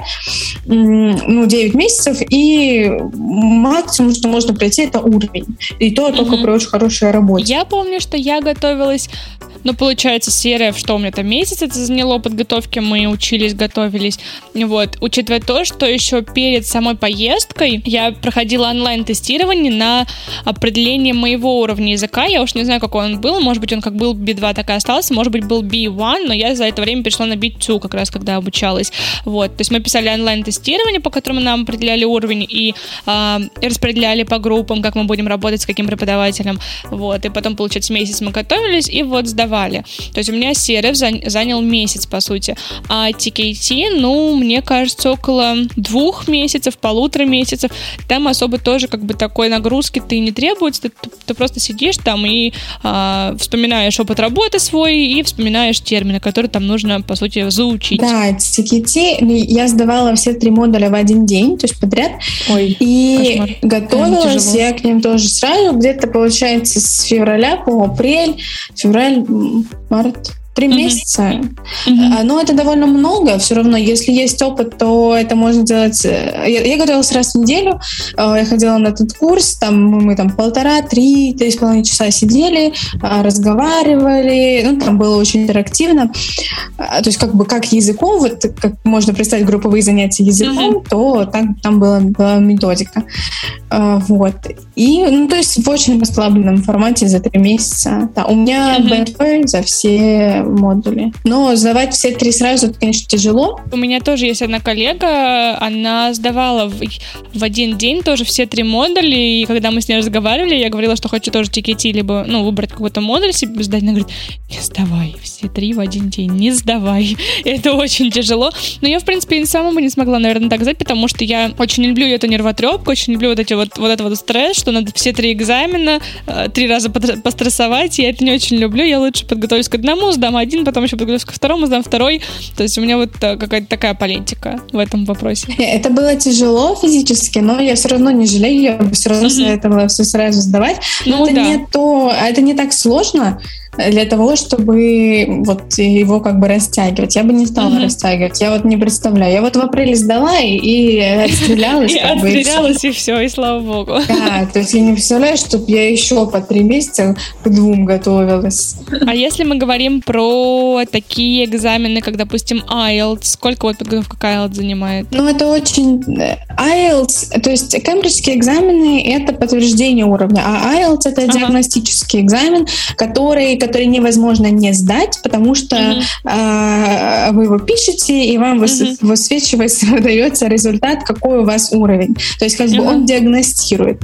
[SPEAKER 3] Ну, 9 месяцев, и максимум, что можно пройти, это уровень. И то только при очень хорошей работе.
[SPEAKER 1] Я помню, что я готовилась, ну, получается, серия, что у меня там месяц это заняло подготовки, мы учились, готовились. Вот. Учитывая то, что еще перед самой поездкой я проходила онлайн-тестирование на определение моего уровня языка. Я уж не знаю, какой он был. Может быть, он как был B2, так и остался. Может быть, был B1, но я за это время перешла на B2, как раз когда обучалась. Вот. То есть мы писали онлайн-тестирование, по которому нам определяли уровень и распределяли по группам, как мы будем работать с каким преподавателем. Вот. И потом, получается, месяц мы готовились и вот сдавали. То есть у меня CRF занял месяц, по сути. А TKT, ну, мне кажется, около 2 месяцев, 1,5 месяцев. Там особо тоже как бы такой нагрузки ты не требуется. Ты просто сидишь там и вспоминаешь опыт работы свой и вспоминаешь термины, которые там нужно, по сути, заучить.
[SPEAKER 3] Да, TKT я сдавала все 3 модуля в один день, то есть подряд.
[SPEAKER 1] Ой,
[SPEAKER 3] и
[SPEAKER 1] кошмар.
[SPEAKER 3] готовилась я к ним тоже сразу, где-то, получается, с февраля по апрель, февраль, март, 3 месяца. Но это довольно много. Все равно, если есть опыт, то это можно делать... Я готовилась раз в неделю. Я ходила на этот курс. Там мы там 3,5 часа сидели, разговаривали. Ну, там было очень интерактивно. То есть как бы как языком, вот как можно представить групповые занятия языком, то так, там была методика. Вот. И, ну, то есть в очень расслабленном формате за 3 месяца. Да, у меня B2 за все модули. Но сдавать все 3 сразу, это, конечно, тяжело.
[SPEAKER 1] У меня тоже есть одна коллега, она сдавала в один день тоже все 3 модуля, и когда мы с ней разговаривали, я говорила, что хочу тоже TKT, либо, ну, выбрать какой-то модуль себе сдать. Она говорит, не сдавай все 3 в один день, не сдавай. Это очень тяжело. Но я, в принципе, и сама бы не смогла, наверное, так сдать, потому что я очень люблю эту нервотрепку, очень люблю вот этот стресс, что надо все 3 экзамена 3 раза пострессовать. Я это не очень люблю. Я лучше подготовлюсь к одному, сдам один, потом еще подготовлюсь ко второму, сдам второй. То есть у меня вот какая-то такая политика в этом вопросе.
[SPEAKER 3] Это было тяжело физически, но я все равно не жалею, я все равно советовала все сразу сдавать. Но это не так сложно. для того, чтобы вот его как бы растягивать. Я бы не стала растягивать. Я вот не представляю. Я вот в апреле сдала и отстрелялась.
[SPEAKER 1] И отстрелялась, и все, и слава богу.
[SPEAKER 3] Да, то есть я не представляю, чтобы я еще по 3 месяца к 2 готовилась.
[SPEAKER 1] А если мы говорим про такие экзамены, как, допустим, IELTS, сколько вот подготовка к IELTS занимает?
[SPEAKER 3] Ну, это очень... IELTS, то есть кембриджские экзамены — это подтверждение уровня, а IELTS — это диагностический экзамен, который невозможно не сдать, потому что вы его пишете, и вам высвечивается, выдается результат, какой у вас уровень. То есть как бы он диагностирует.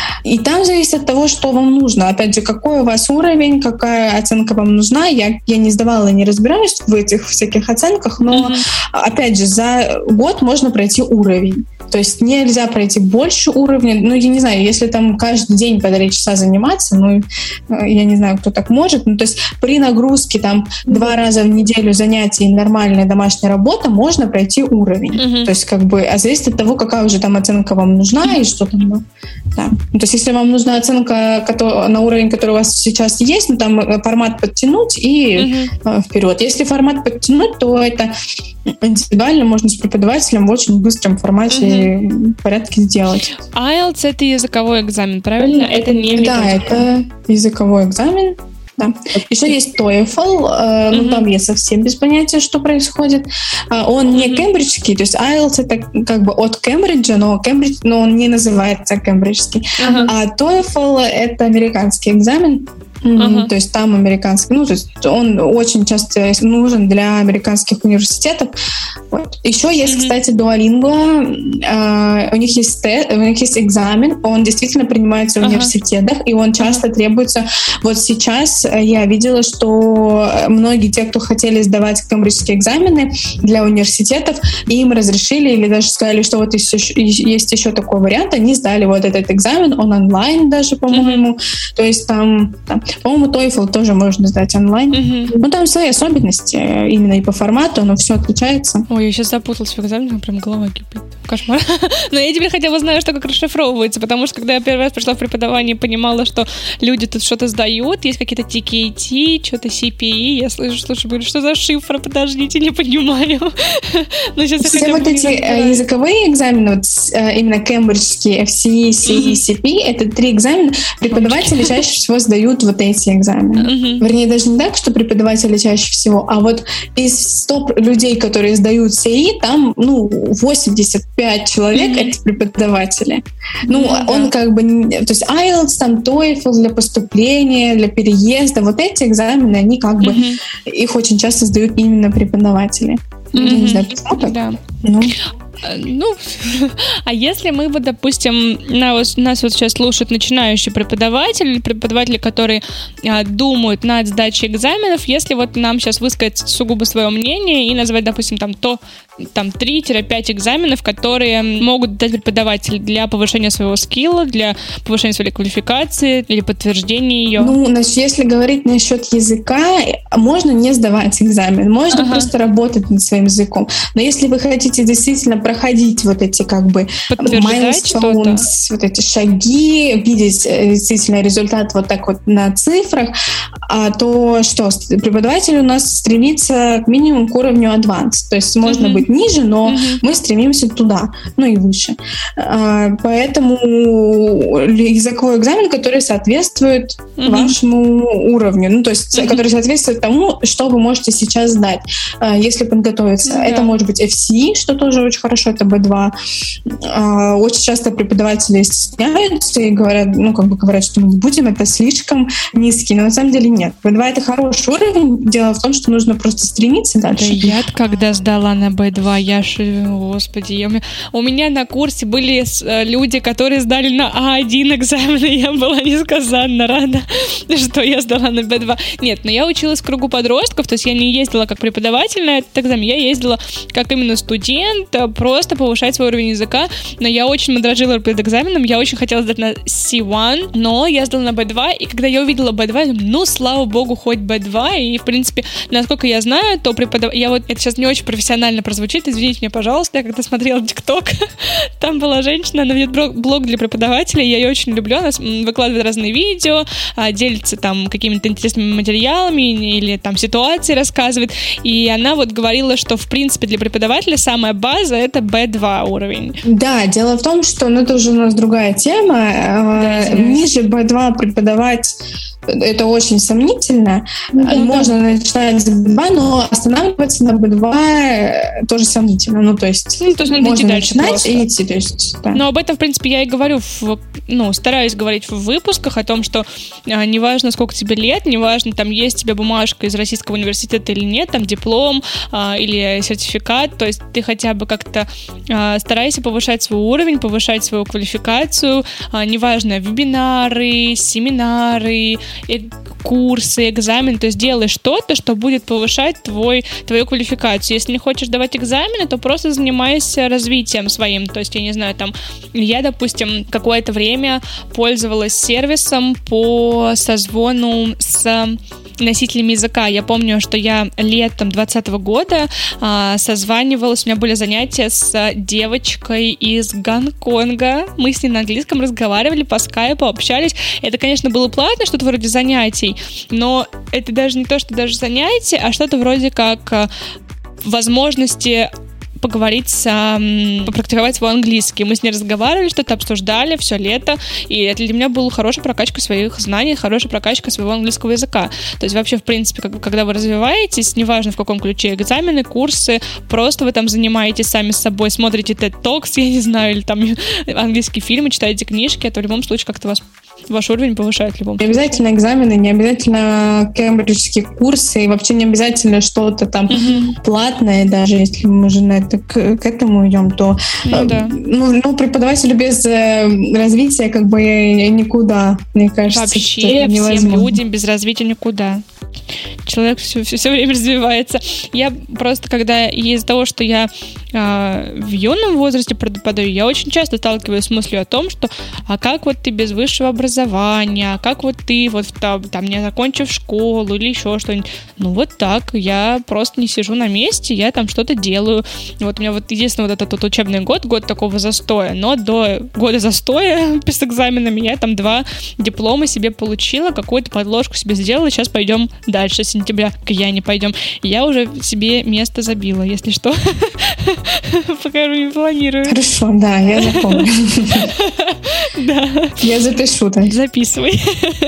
[SPEAKER 3] И там зависит от того, что вам нужно. Опять же, какой у вас уровень, какая оценка вам нужна. Я не сдавала, не разбираюсь в этих всяких оценках, но, опять же, за год можно пройти уровень. То есть нельзя пройти больше уровня. Ну, я не знаю, если там каждый день по 3 часа заниматься, ну, я не знаю, кто так может. Ну, то есть при нагрузке там 2 раза в неделю занятий и нормальная домашняя работа можно пройти уровень. То есть как бы, зависит от того, какая уже там оценка вам нужна и что там. Ну, да. Ну, то есть если вам нужна оценка на уровень, который у вас сейчас есть, ну, там формат подтянуть и вперед. Если формат подтянуть, то это индивидуально можно с преподавателем в очень быстром формате порядке сделать.
[SPEAKER 1] IELTS — это языковой экзамен, правильно? Это не методика.
[SPEAKER 3] Да, это языковой экзамен. Да. Еще есть TOEFL, ну там я совсем без понятия, что происходит. Он не кембриджский, то есть IELTS это как бы от Кембриджа, но он не называется кембриджский. А TOEFL это американский экзамен. То есть там американский, ну, то есть он очень часто нужен для американских университетов. Вот. Еще есть, кстати, Duolingo. У них есть экзамен, он действительно принимается в университетах, и он часто требуется. Вот сейчас я видела, что многие те, кто хотели сдавать кембриджские экзамены для университетов, им разрешили или даже сказали, что вот есть еще такой вариант, они сдали вот этот экзамен, он онлайн даже, по-моему. То есть там по-моему, TOEFL тоже можно сдать онлайн. Ну, там свои особенности, именно и по формату, но все отличается.
[SPEAKER 1] Ой, я сейчас запуталась в экзамене, прям голова кипит. Кошмар. Но я теперь хотя бы знаю, что как расшифровывается, потому что когда я первый раз пришла в преподавание и понимала, что люди тут что-то сдают, есть какие-то TKT, что-то CPE, я слышу, говорю, что за шифра, подождите, не понимаю. Но сейчас
[SPEAKER 3] все вот эти языковые экзамены, вот, именно кембриджские, FCE, CE, CP, это 3 экзамена, преподаватели чаще всего сдают вот эти экзамены. Вернее, даже не так, что преподаватели чаще всего, а вот из 100 людей, которые сдают CE, там, 85 человек — это преподаватели. Он как бы... То есть IELTS, там, TOEFL для поступления, для переезда, вот эти экзамены, они как бы... Их очень часто сдают именно преподаватели. Я не знаю, почему так?
[SPEAKER 1] Да. А если мы, вот, допустим, нас вот сейчас слушают начинающие преподаватели, которые думают над сдачей экзаменов, если вот нам сейчас высказать сугубо свое мнение и назвать, допустим, там 3-5 экзаменов, которые могут дать преподаватель для повышения своего скилла, для повышения своей квалификации или подтверждения ее.
[SPEAKER 3] Если говорить насчет языка, можно не сдавать экзамен, можно просто работать над своим языком. Но если вы хотите действительно проходить вот эти как бы milestones, вот эти шаги, видеть действительно результат вот так вот на цифрах, то что? Преподаватель у нас стремится к минимум к уровню advanced. То есть можно быть ниже, но мы стремимся туда, и выше. Поэтому языковой экзамен, который соответствует вашему уровню, то есть который соответствует тому, что вы можете сейчас сдать, если подготовиться. Это может быть FCE, что тоже очень хорошо, это B2. Очень часто преподаватели стесняются и говорят, говорят, что мы не будем, это слишком низкий, но на самом деле нет. B2 — это хороший уровень, дело в том, что нужно просто стремиться дальше.
[SPEAKER 1] Да, я когда сдала на B2, господи, у меня на курсе были люди, которые сдали на А1 экзамен, и я была несказанно рада, что я сдала на B2. Нет, но я училась в кругу подростков, то есть я не ездила как преподаватель на этот экзамен, я ездила как именно студент, просто повышать свой уровень языка. Но я очень мандражила перед экзаменом, я очень хотела сдать на C1, но я сдала на B2, и когда я увидела B2, я думаю, ну, слава богу, хоть B2, и, в принципе, насколько я знаю, то я вот, это сейчас не очень профессионально прозвучит, извините меня, пожалуйста, я когда смотрела TikTok, там была женщина, она ведет блог для преподавателей, я ее очень люблю, она выкладывает разные видео, делится там какими-то интересными материалами или там ситуации рассказывает, и она вот говорила, что, в принципе, для преподавателя самая база — это B2 уровень.
[SPEAKER 3] Да, дело в том, что, это уже у нас другая тема, ниже B2 преподавать это очень сомнительно. Можно начинать с B2, но останавливаться на B2 тоже сомнительно. То есть можно начинать и идти. То есть, да.
[SPEAKER 1] Но об этом, в принципе, я и говорю, стараюсь говорить в выпусках о том, что неважно, сколько тебе лет, неважно, там есть у тебя бумажка из Российского университета или нет, там диплом или сертификат, то есть ты хотя бы как-то старайся повышать свой уровень, повышать свою квалификацию, неважно, вебинары, семинары, курсы, экзамены, то есть делай что-то, что будет повышать твою квалификацию. Если не хочешь давать экзамены, то просто занимайся развитием своим, то есть, я не знаю, там, я, допустим, какое-то время пользовалась сервисом по созвону с носителями языка. Я помню, что я летом 2020 года созванивалась, у меня были занятия с девочкой из Гонконга. Мы с ней на английском разговаривали по скайпу, общались. Это, конечно, было платно, что-то вроде занятий, но это даже не то, что даже занятия, а что-то вроде как возможности поговорить попрактиковать свой английский. Мы с ней разговаривали, что-то обсуждали все лето, и это для меня была хорошая прокачка своих знаний, хорошая прокачка своего английского языка. То есть вообще, в принципе, когда вы развиваетесь, неважно в каком ключе, экзамены, курсы, просто вы там занимаетесь сами с собой, смотрите TED Talks, я не знаю, или там английские фильмы, читаете книжки, это в любом случае как-то ваш уровень повышает в любом случае.
[SPEAKER 3] Не обязательно экзамены, не обязательно кембриджские курсы, и вообще не обязательно что-то там платное, даже если мы уже к этому идем, то преподавателю без развития как бы никуда, мне кажется.
[SPEAKER 1] Вообще всем людям без развития никуда. Человек все время развивается. Я просто, из-за того, что я в юном возрасте преподаю, я очень часто сталкиваюсь с мыслью о том, что как вот ты без высшего образования, как вот ты там не закончив школу или еще что-нибудь. Вот так, я просто не сижу на месте, я там что-то делаю. Вот у меня единственный этот учебный год такого застоя, но до года застоя с экзаменами я там 2 диплома себе получила, какую-то подложку себе сделала, сейчас пойдем дальше, с сентября к Яне пойдем. Я уже себе место забила, если что. Пока не планирую.
[SPEAKER 3] Хорошо, да, я запомню.
[SPEAKER 1] Да.
[SPEAKER 3] Я запишу. Так.
[SPEAKER 1] Записывай.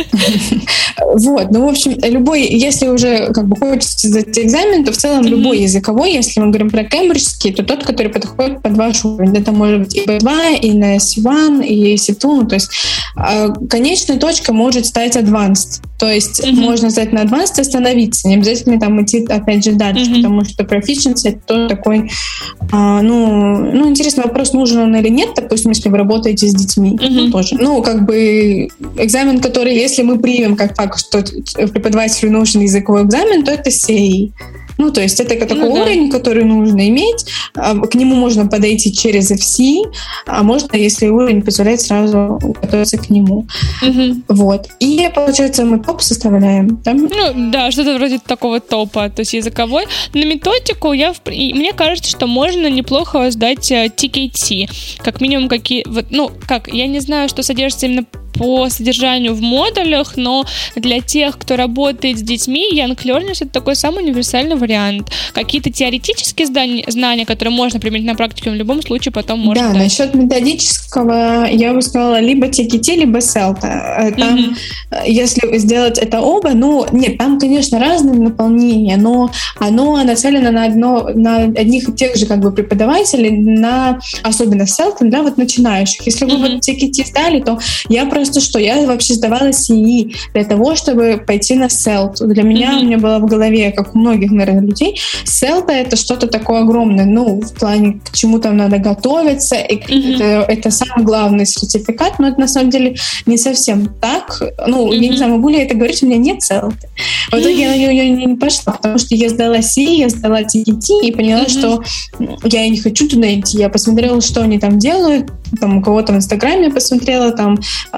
[SPEAKER 3] В общем, если уже хочется сдать экзамен, то в целом любой языковой, если мы говорим про кембриджский, то тот, который подходит под ваш уровень. Это может быть и B2, и на C1, и C2. То есть конечной точкой может стать advanced. То есть можно сдать на advanced и остановиться. Не обязательно там идти, опять же, дальше, потому что proficiency — это тоже такой интересный вопрос, нужен он или нет, допустим, если вы работаете с детьми, тоже. Экзамен, который, если мы примем как факт, что преподавателю нужен языковой экзамен, то это CAE. То есть это такой уровень, который нужно иметь, к нему можно подойти через FC, а можно, если уровень позволяет, сразу готовиться к нему. И, получается, мы топ составляем, да?
[SPEAKER 1] Что-то вроде такого топа, то есть языковой. На методику мне кажется, что можно неплохо сдать TKT, как минимум я не знаю, что содержится именно по содержанию в модулях, но для тех, кто работает с детьми, Young Learners — это такой самый универсальный вариант. Какие-то теоретические знания, которые можно применить на практике, в любом случае потом можно.
[SPEAKER 3] Да, насчет методического я бы сказала либо TKT, либо CELTA. Там, если сделать это оба, там, конечно, разные наполнения, но оно нацелено на одних и тех же преподавателей, особенно CELTA, для начинающих. Если вы TKT сдали, то я просто просто что я вообще сдавала СИИ для того, чтобы пойти на СЭЛТ. Для меня, у меня было в голове, как у многих, наверное, людей, СЭЛТ — это что-то такое огромное, ну, в плане, к чему там надо готовиться, и это самый главный сертификат, но это на самом деле не совсем так. Ну, я не знаю, могу ли я это говорить, у меня нет СЭЛТ. В итоге я на нее не пошла, потому что я сдала СИИ, я сдала TKT и поняла, что я не хочу туда идти. Я посмотрела, что они там делают, там у кого-то в Инстаграме посмотрела, там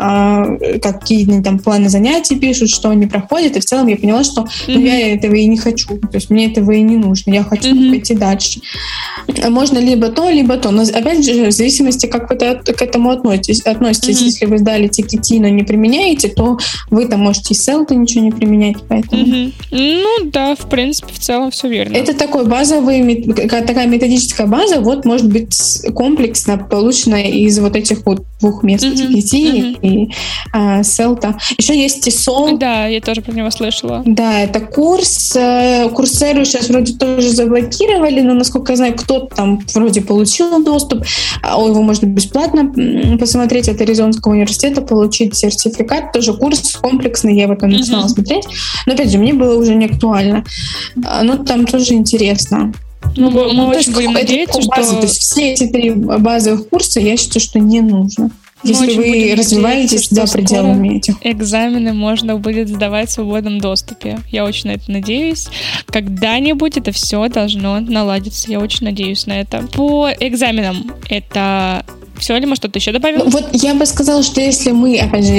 [SPEAKER 3] какие они там планы занятий пишут, что они проходят, и в целом я поняла, что я этого и не хочу, то есть мне этого и не нужно, я хочу пойти дальше. Можно либо то, но опять же, в зависимости, как вы к этому относитесь. Если вы сдали TKT, но не применяете, то вы там можете и СЭЛТа ничего не применять, поэтому...
[SPEAKER 1] Ну да, в принципе, в целом все верно.
[SPEAKER 3] Это такой базовый, такая методическая база, вот может быть комплексно полученная из вот этих вот двух мест, TKT и СЭЛТа. Еще есть TESOL.
[SPEAKER 1] Да, я тоже про него слышала.
[SPEAKER 3] Да, это курс. Курсеру сейчас вроде тоже заблокировали, но, насколько я знаю, кто-то там вроде получил доступ. Его можно бесплатно посмотреть от Аризонского университета, получить сертификат. Тоже курс комплексный, я его там начинала смотреть. Но, опять же, мне было уже не актуально. Но там тоже интересно.
[SPEAKER 1] Мы очень будем надеяться, что...
[SPEAKER 3] То есть все эти 3 базовых курса, я считаю, что не нужно. Если вы развиваетесь за пределами этих.
[SPEAKER 1] Экзамены можно будет сдавать в свободном доступе. Я очень на это надеюсь. Когда-нибудь это все должно наладиться. Я очень надеюсь на это. По экзаменам это... Все, или мы что-то еще добавим?
[SPEAKER 3] Вот я бы сказала, что если мы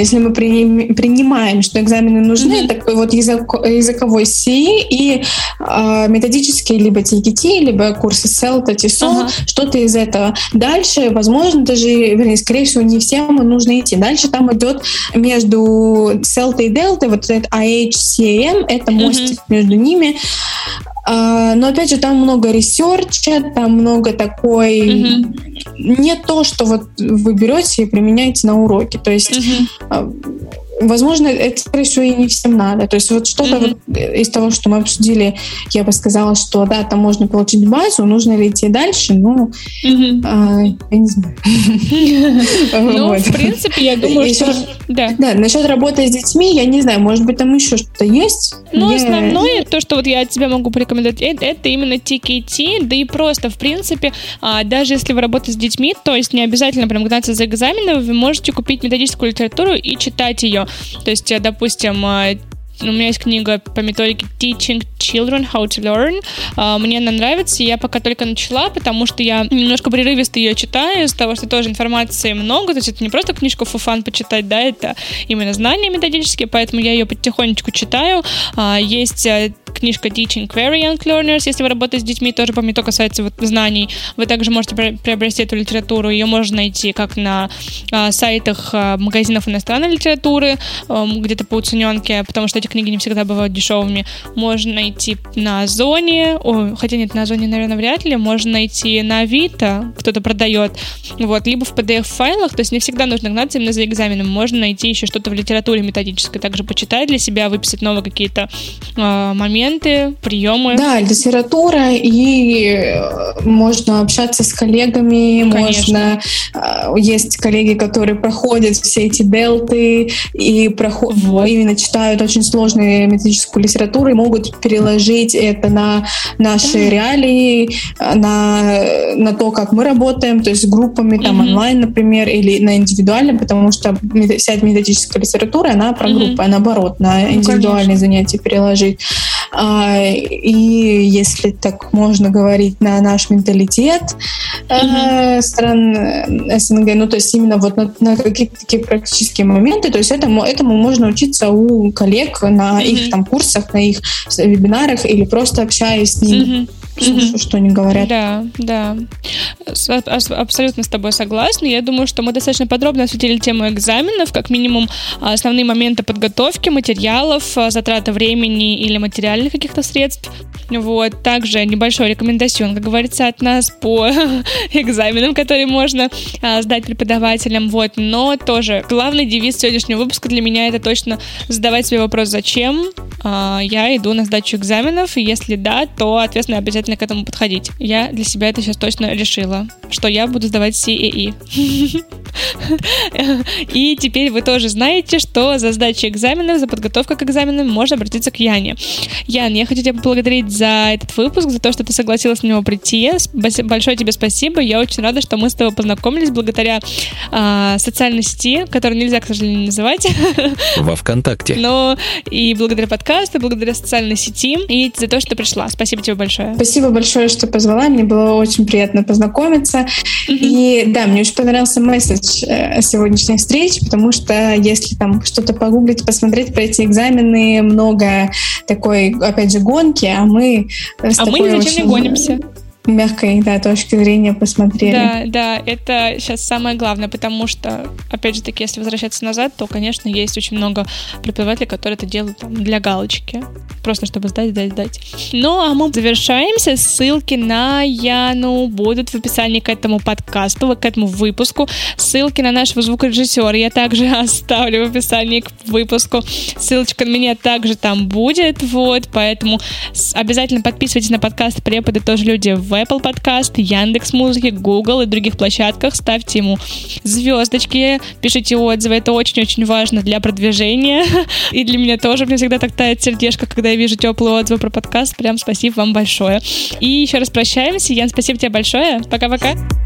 [SPEAKER 3] принимаем, что экзамены нужны, так вот языковой СИИ и методические либо TKT, либо курсы СЭЛТа, TESOL, что-то из этого. Дальше, возможно, даже, вернее, скорее всего, не всем нужно идти. Дальше там идет между СЭЛТа и Делта, вот этот IHCAM, это мостик между ними. Но, опять же, там много ресерча, там много такой... Не то, что вот вы берете и применяете на уроке. То есть, возможно, это, скорее всего, и не всем надо. То есть вот что-то вот из того, что мы обсудили, я бы сказала, что да, там можно получить базу, нужно ли идти дальше, ну, я не знаю.
[SPEAKER 1] Ну, в принципе, я думаю, что...
[SPEAKER 3] Да, насчет работы с детьми, я не знаю, может быть, там еще что-то есть.
[SPEAKER 1] Ну, основное, то, что вот я от тебя могу порекомендовать, это именно TKT, да и просто, в принципе, даже если вы работаете с детьми, то есть не обязательно прям гнаться за экзаменом, вы можете купить методическую литературу и читать ее. То есть, допустим, у меня есть книга по методике Teaching Children How to Learn. Мне она нравится, я пока только начала, потому что я немножко прерывисто ее читаю, из-за того, что тоже информации много, то есть это не просто книжку for fun почитать, да, это именно знания методические, поэтому я ее потихонечку читаю. Есть книжка Teaching Very Young Learners, если вы работаете с детьми, тоже, по-моему, только касается вот знаний. Вы также можете приобрести эту литературу, ее можно найти как на сайтах магазинов иностранной литературы, где-то по уцененке, потому что эти книги не всегда бывают дешевыми. Можно найти на Озоне, хотя нет, на Озоне, наверное, вряд ли, можно найти на Авито, кто-то продает, вот, либо в PDF-файлах, то есть не всегда нужно гнаться именно за экзаменом, можно найти еще что-то в литературе методической, также почитать для себя, выписать новые какие-то моменты, приемы.
[SPEAKER 3] Да, литература, и можно общаться с коллегами,
[SPEAKER 1] конечно.
[SPEAKER 3] Можно... Есть коллеги, которые проходят все эти делты и именно читают очень сложную методическую литературу и могут переложить это на наши реалии, на то, как мы работаем, то есть группами, там, онлайн, например, или на индивидуальном, потому что вся методическая литература, она про группы, а наоборот, на индивидуальные занятия переложить. И если так можно говорить, на наш менталитет стран СНГ, ну, то есть именно вот на какие-то такие практические моменты, то есть этому можно учиться у коллег на их там курсах, на их вебинарах или просто общаясь с ними. Слушаю, что они говорят.
[SPEAKER 1] Да. Абсолютно с тобой согласна. Я думаю, что мы достаточно подробно осветили тему экзаменов, как минимум основные моменты подготовки, материалов, затраты времени или материальных каких-то средств. Вот. Также небольшой рекомендацион, как говорится, от нас по экзаменам, которые можно сдать преподавателям. Вот. Но тоже главный девиз сегодняшнего выпуска для меня — это точно задавать себе вопрос «Зачем я иду на сдачу экзаменов?» И если да, то ответственно обязательно к этому подходить. Я для себя это сейчас точно решила, что я буду сдавать CAE. И теперь вы тоже знаете, что за сдачу экзаменов, за подготовку к экзаменам можно обратиться к Яне. Ян, я хочу тебя поблагодарить за этот выпуск, за то, что ты согласилась на него прийти. Большое тебе спасибо. Я очень рада, что мы с тобой познакомились благодаря социальной сети, которую нельзя, к сожалению, называть.
[SPEAKER 4] Во ВКонтакте.
[SPEAKER 1] Но и благодаря подкасту, благодаря социальной сети, и за то, что пришла. Спасибо тебе большое.
[SPEAKER 3] Спасибо большое, что позвала. Мне было очень приятно познакомиться. И да, мне очень понравился месседж сегодняшней встречи, потому что если там что-то погуглить, посмотреть про эти экзамены, много такой, опять же, гонки, а мы с такой
[SPEAKER 1] мы ни зачем не гонимся.
[SPEAKER 3] Мягкой, да, точки зрения посмотрели.
[SPEAKER 1] Да, это сейчас самое главное, потому что, опять же таки, если возвращаться назад, то, конечно, есть очень много преподавателей, которые это делают там, для галочки, просто чтобы сдать. Ну, а мы завершаемся. Ссылки на Яну будут в описании к этому подкасту, к этому выпуску. Ссылки на нашего звукорежиссера я также оставлю в описании к выпуску. Ссылочка на меня также там будет, вот, поэтому обязательно подписывайтесь на подкаст «Преподы тоже люди» в Apple Podcast, Яндекс.Музыке, Google и других площадках. Ставьте ему звездочки, пишите отзывы. Это очень-очень важно для продвижения. И для меня тоже. Мне всегда так тает сердечко, когда я вижу теплые отзывы про подкаст. Прям спасибо вам большое. И еще раз прощаемся. Ян, спасибо тебе большое. Пока-пока.